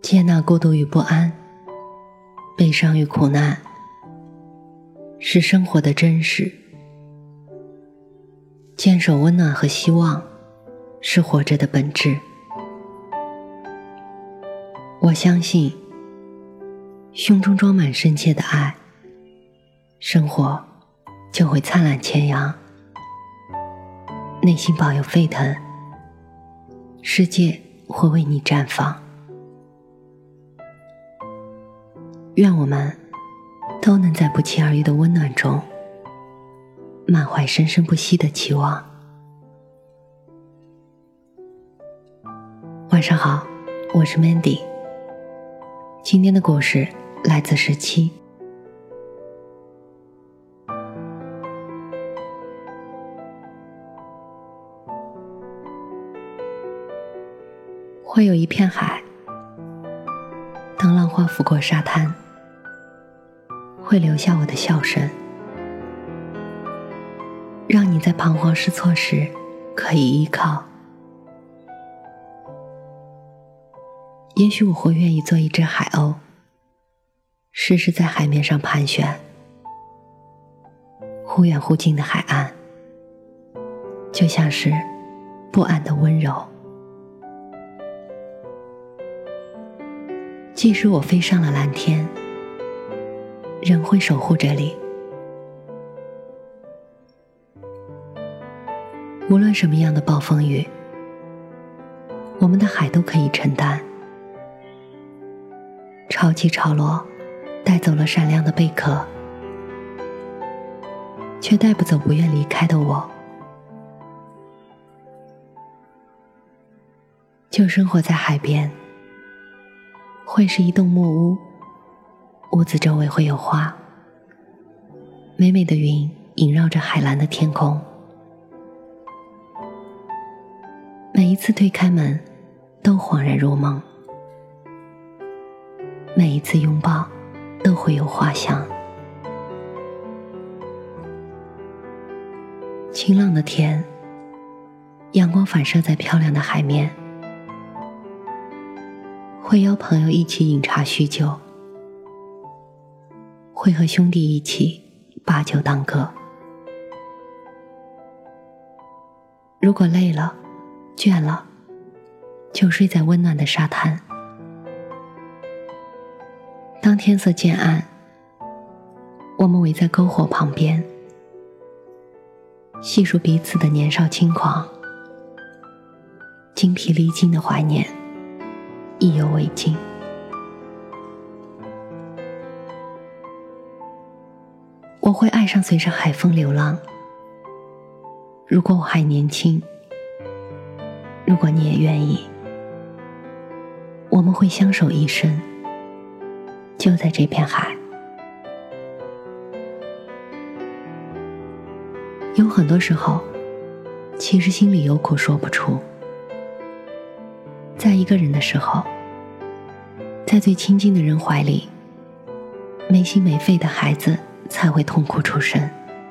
接纳孤独与不安，悲伤与苦难，是生活的真实。坚守温暖和希望，是活着的本质。我相信，胸中装满深切的爱，生活就会灿烂千阳；内心保有沸腾，世界会为你绽放。愿我们都能在不期而遇的温暖中，满怀生生不息的期望。晚上好，我是 Mandy。今天的故事来自17。会有一片海，当浪花拂过沙滩，会留下我的笑声，让你在彷徨失措时可以依靠。也许我会愿意做一只海鸥，时时在海面上盘旋，忽远忽近的海岸，就像是不安的温柔。即使我飞上了蓝天，仍会守护这里。无论什么样的暴风雨，我们的海都可以承担。潮起潮落，带走了闪亮的贝壳，却带不走不愿离开的我。就生活在海边，会是一栋木屋，屋子周围会有花，美美的云萦绕着海蓝的天空。每一次推开门，都恍然如梦，每一次拥抱都会有花香。晴朗的天，阳光反射在漂亮的海面，会邀朋友一起饮茶叙旧，会和兄弟一起把酒当歌。如果累了倦了，就睡在温暖的沙滩。当天色渐暗，我们围在篝火旁边，细数彼此的年少轻狂，精疲力尽的怀念意犹未尽。我会爱上随着海风流浪。如果我还年轻，如果你也愿意，我们会相守一生，就在这片海。有很多时候，其实心里有苦说不出。在一个人的时候，在最亲近的人怀里，没心没肺的孩子才会痛哭出声。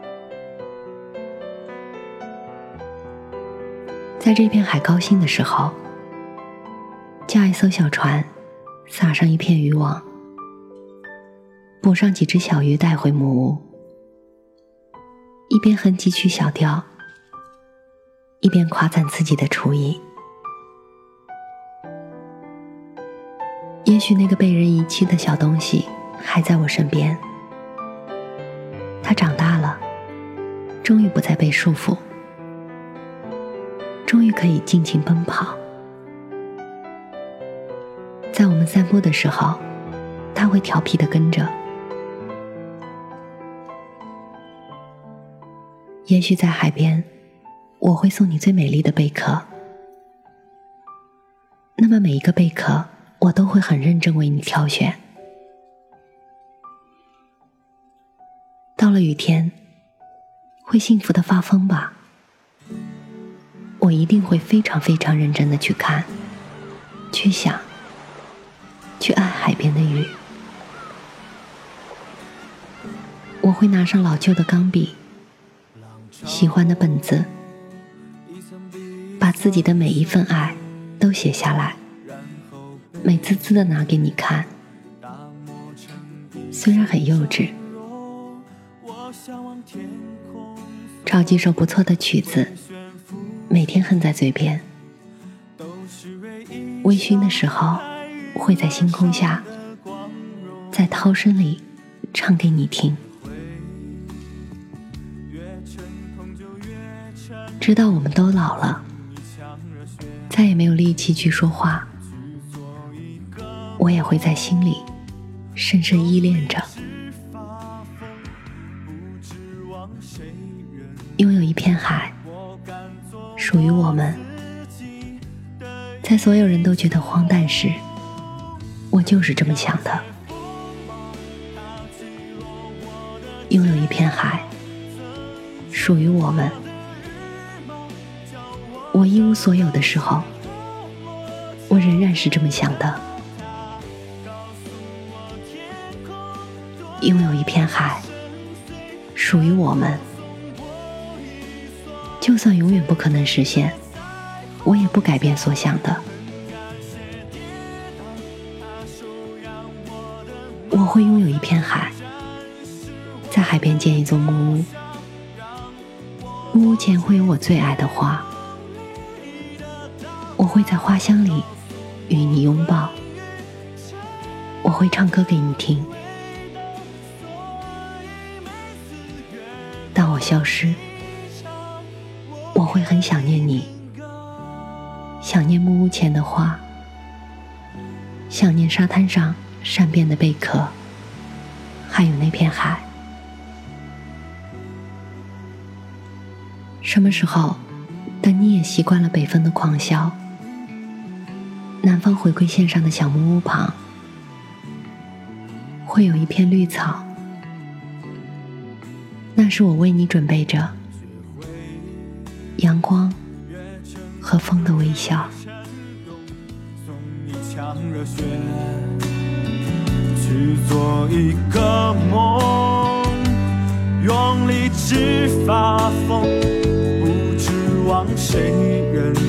在这片海高兴的时候，驾一艘小船，撒上一片渔网，捕上几只小鱼带回木屋，一边哼几曲小调，一边夸赞自己的厨艺。也许那个被人遗弃的小东西还在我身边，它长大了，终于不再被束缚，终于可以尽情奔跑。在我们散步的时候，它会调皮地跟着。也许在海边，我会送你最美丽的贝壳，那么每一个贝壳我都会很认真为你挑选。到了雨天，会幸福的发疯吧？我一定会非常非常认真的去看，去想，去爱海边的雨。我会拿上老旧的钢笔，喜欢的本子，把自己的每一份爱都写下来， 美滋滋的拿给你看，虽然很幼稚。找几首不错的曲子，每天哼在嘴边。微醺的时候，会在星空下，在涛声里唱给你听。直到我们都老了，再也没有力气去说话，我也会在心里深深依恋着。拥有一片海，属于我们。在所有人都觉得荒诞时，我就是这么想的。拥有一片海，属于我们。我一无所有的时候，我仍然是这么想的。拥有一片海，属于我们。就算永远不可能实现，我也不改变所想的。我会拥有一片海，在海边建一座木屋，木屋前会有我最爱的花，我会在花香里与你拥抱，我会唱歌给你听。当我消失，我会很想念你，想念木屋前的花，想念沙滩上善变的贝壳，还有那片海。什么时候，等你也习惯了北风的狂啸，南方回归线上的小木屋旁，会有一片绿草，那是我为你准备着阳光和风的微笑。 去做一个梦，用力去发疯，不指望谁认